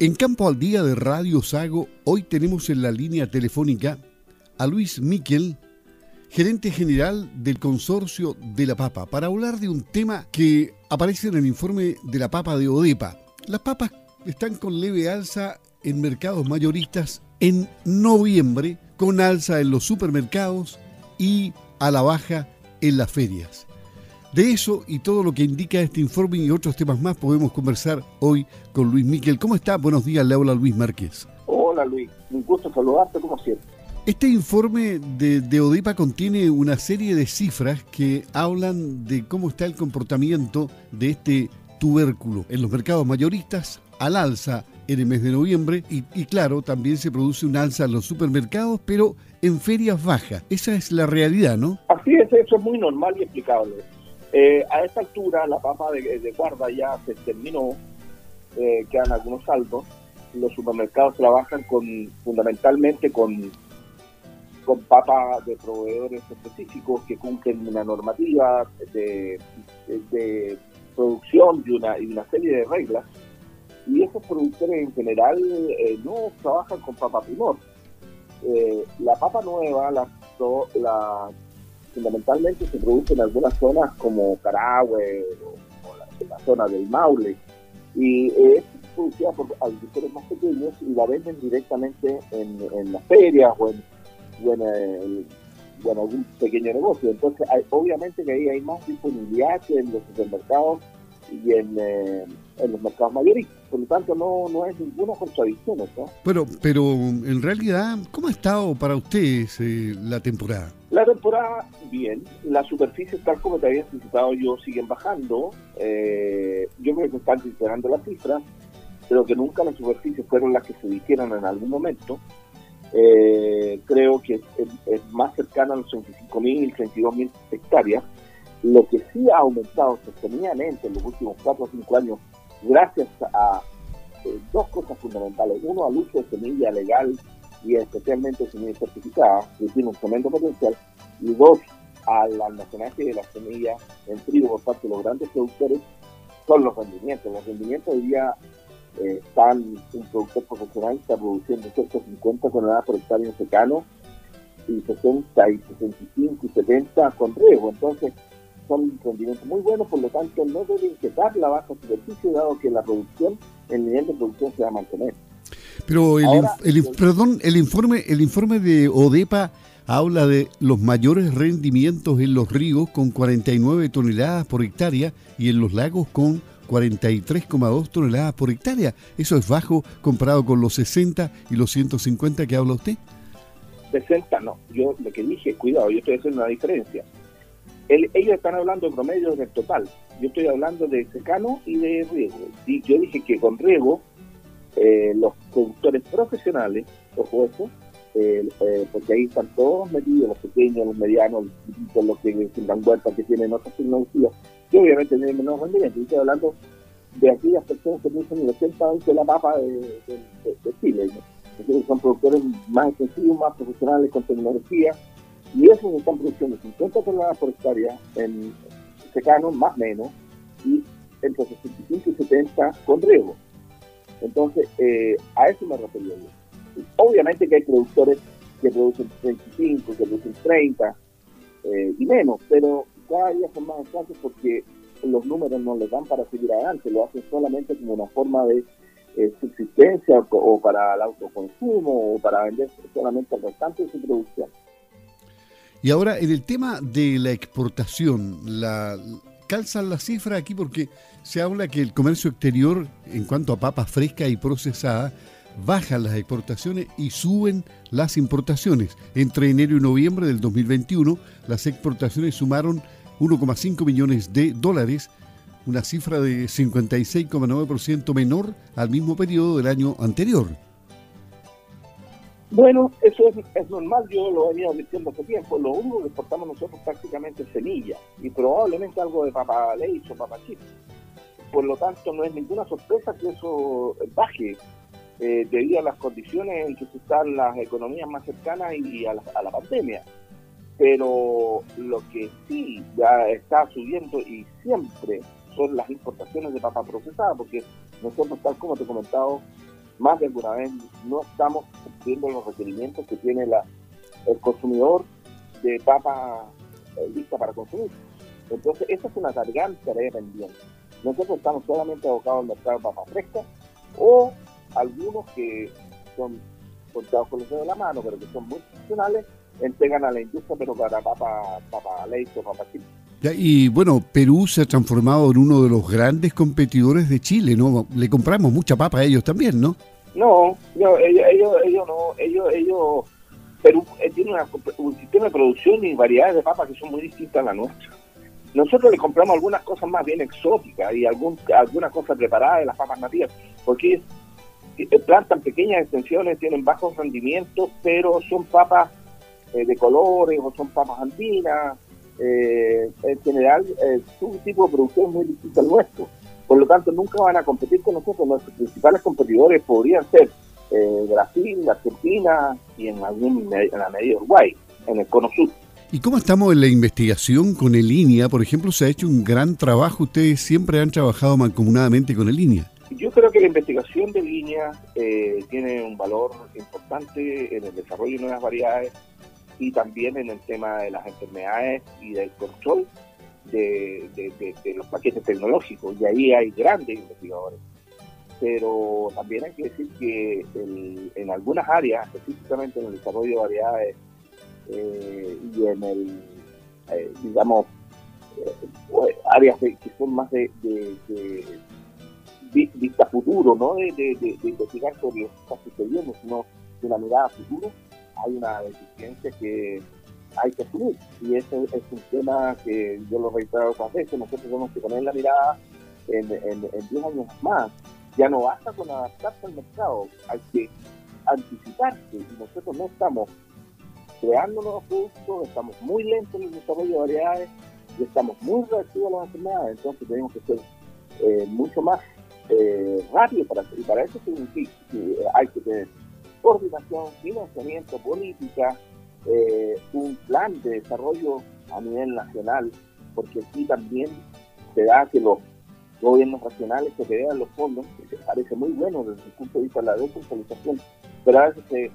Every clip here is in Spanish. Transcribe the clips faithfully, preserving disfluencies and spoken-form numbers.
En Campo al Día de Radio Sago, hoy tenemos en la línea telefónica a Luis Miquel, gerente general del consorcio de la papa, para hablar de un tema que aparece en el informe de la papa de ODEPA. Las papas están con leve alza en mercados mayoristas en noviembre, con alza en los supermercados y a la baja en las ferias. De eso y todo lo que indica este informe y otros temas más podemos conversar hoy con Luis Miquel. ¿Cómo está? Buenos días, le habla Luis Márquez. Hola Luis, un gusto saludarte como siempre. Este informe de, de ODEPA contiene una serie de cifras que hablan de cómo está el comportamiento de este tubérculo en los mercados mayoristas, al alza en el mes de noviembre y, y claro, también se produce un alza en los supermercados, pero en ferias bajas. Esa es la realidad, ¿no? Así es, eso es muy normal y explicable. Eh, a esta altura la papa de, de guarda ya se terminó, eh, quedan algunos saldos. Los supermercados trabajan con fundamentalmente con, con papas de proveedores específicos que cumplen una normativa de, de, de producción y una, y una serie de reglas. Y esos productores en general eh, no trabajan con papa primor. Eh, la papa nueva, la, la fundamentalmente se produce en algunas zonas como Carahue o, o la, en la zona del Maule y eh, es producida por agricultores más pequeños y la venden directamente en, en las ferias o en, o en, el, o en algún pequeño negocio. Entonces hay, obviamente que ahí hay más disponibilidad que en los supermercados y en, eh, en los mercados mayoristas. Por lo tanto, no, no es ninguna contradicción, ¿no? Bueno, pero en realidad, ¿cómo ha estado para ustedes eh, la temporada? La temporada, bien. Las superficies, tal como te había anticipado yo, siguen bajando. Eh, yo creo que están sincerando las cifras. Creo que nunca las superficies fueron las que se dijeron en algún momento. Eh, creo que es, es más cercana a los treinta y cinco mil, treinta y dos mil hectáreas. Lo que sí ha aumentado sostenidamente en los últimos cuatro o cinco años, gracias a eh, dos cosas fundamentales. Uno, al uso de semilla legal y especialmente semilla certificada, que tiene un tremendo potencial. Y dos, al almacenaje de las semillas en frío por parte de los grandes productores, son los rendimientos. Los rendimientos hoy día eh, están, un productor profesional está produciendo ciento cincuenta toneladas por hectárea en secano y sesenta y sesenta y cinco y setenta con riego. Entonces, son rendimientos muy buenos, por lo tanto no debe inquietar la baja superficie, dado que la producción, el nivel de producción se va a mantener. Pero el, Ahora, el, el perdón, el informe, el informe de ODEPA habla de los mayores rendimientos en los ríos con cuarenta y nueve toneladas por hectárea y en los lagos con cuarenta y tres coma dos toneladas por hectárea. Eso es bajo comparado con los sesenta y los ciento cincuenta que habla usted. sesenta no, yo lo que dije, cuidado, yo estoy haciendo una diferencia. El, ellos están hablando de promedio del total. Yo estoy hablando de secano y de riego. Y yo dije que con riego, eh, los productores profesionales, ojo eso, eh, eh, porque ahí están todos metidos, los pequeños, los medianos, los chiquitos, los que dan vueltas, que tienen otras tecnologías, que obviamente tienen menos rendimiento. Yo estoy hablando de aquellas personas que producen el ochenta de la papa de, de, de, de Chile, ¿no? Entonces son productores más extensivos, más profesionales, con tecnología. Y esos están produciendo cincuenta toneladas por hectárea en secano, más o menos, y entre sesenta y cinco y setenta con riego. Entonces, eh, a eso me refería yo. Obviamente que hay productores que producen treinta y cinco, que producen treinta eh, y menos, pero cada día son más escasos porque los números no les dan para seguir adelante, lo hacen solamente como una forma de eh, subsistencia o, o para el autoconsumo o para vender solamente el restante de su producción. Y ahora, en el tema de la exportación, la, calzan las cifras aquí porque se habla que el comercio exterior, en cuanto a papas frescas y procesadas, bajan las exportaciones y suben las importaciones. Entre enero y noviembre del dos mil veintiuno, las exportaciones sumaron uno coma cinco millones de dólares, una cifra de cincuenta y seis coma nueve por ciento menor al mismo periodo del año anterior. Bueno, eso es, es normal, yo lo he venido diciendo hace tiempo. Lo único que exportamos nosotros prácticamente es semilla y probablemente algo de papa leche o papa chip. Por lo tanto, no es ninguna sorpresa que eso baje eh, debido a las condiciones en que están las economías más cercanas y a la, a la pandemia. Pero lo que sí ya está subiendo y siempre son las importaciones de papa procesada, porque nosotros, tal como te he comentado, más de alguna vez no estamos cumpliendo los requerimientos que tiene la, el consumidor de papa eh, lista para consumir. Entonces, esa es una gran tarea pendiente. Nosotros estamos solamente abocados al mercado de papas frescas o algunos que son contados con los dedos de la mano, pero que son muy funcionales, entregan a la industria, pero para papa, papa leite o papa chile. Ya, y bueno, Perú se ha transformado en uno de los grandes competidores de Chile, ¿no? Le compramos mucha papa a ellos también, ¿no? No, no ellos, ellos, ellos no, ellos, ellos, Perú tiene una, un sistema de producción y variedades de papas que son muy distintas a la nuestra. Nosotros le compramos algunas cosas más bien exóticas y algún, algunas cosas preparadas de las papas nativas, porque ellos plantan pequeñas extensiones, tienen bajos rendimientos, pero son papas eh, de colores o son papas andinas. Eh, en general, eh, su tipo de producción es muy distinto al nuestro. Por lo tanto, nunca van a competir con nosotros. Nuestros principales competidores podrían ser eh, Brasil, Argentina y en, algún, en la medida Uruguay, en el cono sur. ¿Y cómo estamos en la investigación con el I N E A? Por ejemplo, se ha hecho un gran trabajo. Ustedes siempre han trabajado mancomunadamente con el I N E A. Yo creo que la investigación de línea eh, tiene un valor importante en el desarrollo de nuevas variedades y también en el tema de las enfermedades y del control de, de, de, de los paquetes tecnológicos. Y ahí hay grandes investigadores. Pero también hay que decir que el, en algunas áreas, específicamente en el desarrollo de variedades eh, y en el, eh, digamos, eh, áreas de, que son más de... de, de vista futuro, no de, de, de, de investigar sobre lo que está sucediendo, sino de una mirada a futuro, hay una deficiencia que hay que asumir. Y ese es un tema que yo lo he reiterado otras veces. Nosotros tenemos que poner la mirada en diez años más. Ya no basta con adaptarse al mercado, hay que anticiparse. Y nosotros no estamos creando nuevos productos, estamos muy lentos en el desarrollo de variedades y estamos muy reactivos a las enfermedades. Entonces tenemos que ser eh, mucho más Eh, rápido para hacer, y para eso significa que hay que tener coordinación, financiamiento, política, eh, un plan de desarrollo a nivel nacional, porque aquí también se da que los gobiernos nacionales se vean los fondos, que se parece muy bueno desde el punto de vista de la descentralización, pero a veces se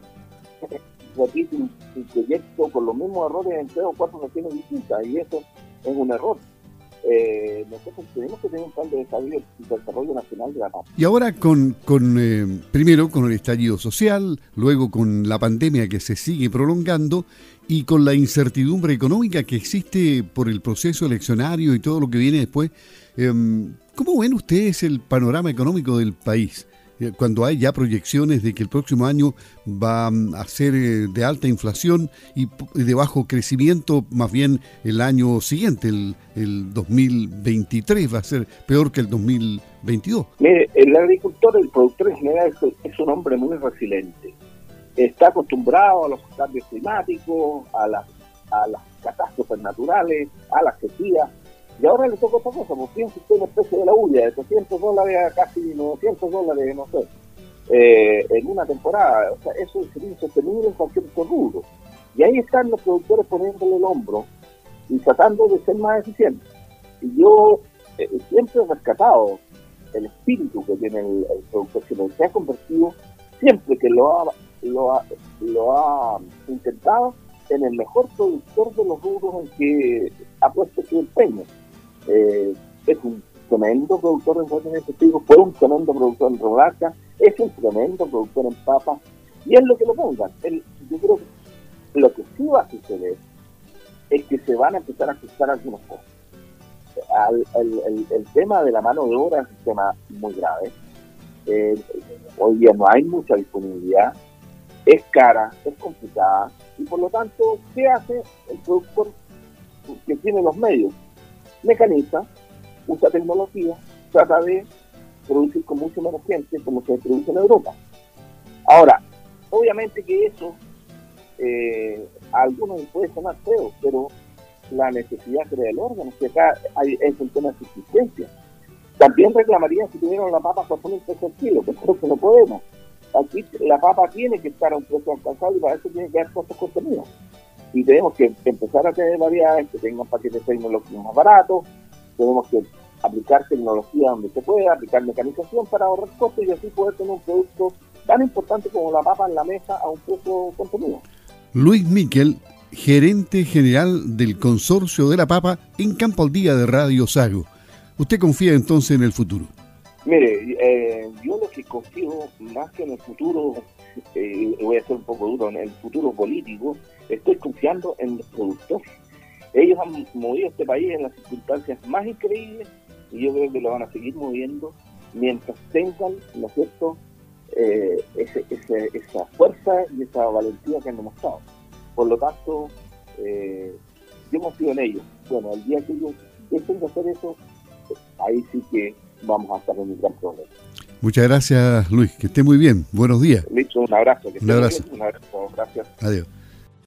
repite un, un proyecto con los mismos errores en tres o cuatro regiones distintas, y eso es un error. Eh, nosotros tenemos que tener un plan de desarrollo, de desarrollo nacional de la papa. Y ahora con, con eh, primero con el estallido social, luego con la pandemia que se sigue prolongando y con la incertidumbre económica que existe por el proceso eleccionario y todo lo que viene después, eh, ¿cómo ven ustedes el panorama económico del país? Cuando hay ya proyecciones de que el próximo año va a ser de alta inflación y de bajo crecimiento, más bien el año siguiente, el, el dos mil veintitrés, va a ser peor que el dos mil veintidós. Mire, el agricultor, el productor en general es, es un hombre muy resiliente. Está acostumbrado a los cambios climáticos, a las, a las catástrofes naturales, a las sequías. Y ahora le toca otra cosa, porque piensa usted en el precio de la ulla, de trescientos dólares a casi novecientos dólares, no sé, eh, en una temporada. O sea, eso sería insostenible en cualquier otro rubro. Y ahí están los productores poniéndole el hombro y tratando de ser más eficientes. Y yo eh, siempre he rescatado el espíritu que tiene el, el productor, que se ha convertido, siempre que lo ha, lo ha, lo ha intentado, en el mejor productor de los rubros en que ha puesto su empeño. Eh, es un tremendo productor en carnes de trigo, fue un tremendo productor en remolacha, es un tremendo productor en papas, y es lo que lo pongan. El, yo creo que lo que sí va a suceder es que se van a empezar a ajustar algunas cosas. Al, el, el, el tema de la mano de obra es un tema muy grave. Eh, hoy día no hay mucha disponibilidad, es cara, es complicada, y por lo tanto, ¿qué hace el productor que tiene los medios? Mecaniza, usa tecnología, trata de producir con mucho menos gente como se produce en Europa. Ahora, obviamente que eso eh, a algunos les puede sonar feo, pero la necesidad crea el órgano, que acá hay, es un tema de subsistencia. También reclamarían si tuvieran la papa por un peso al kilo, pero creo que no podemos. Aquí la papa tiene que estar a un precio alcanzable y para eso tiene que haber costos contenidos. Y tenemos que empezar a tener variedades que tengan paquetes tecnológicos más baratos, tenemos que aplicar tecnología donde se pueda, aplicar mecanización para ahorrar costos y así poder tener un producto tan importante como la papa en la mesa a un precio contenido. Luis Miquel, gerente general del Consorcio de la Papa en Campo al Día de Radio Sago. ¿Usted confía entonces en el futuro? Mire, eh, yo lo que confío más que en el futuro, eh, voy a ser un poco duro, en el futuro político, estoy confiando en los productores. Ellos han movido este país en las circunstancias más increíbles y yo creo que lo van a seguir moviendo mientras tengan, ¿no es cierto?, eh, ese, ese, esa fuerza y esa valentía que han demostrado. Por lo tanto, eh, yo confío en ellos. Bueno, el día que ellos dejen de hacer eso, ahí sí que vamos a estar en un gran problema. Muchas gracias, Luis. Que esté muy bien. Buenos días. Listo, un abrazo. Que un abrazo. Bien, un abrazo. Gracias. Adiós.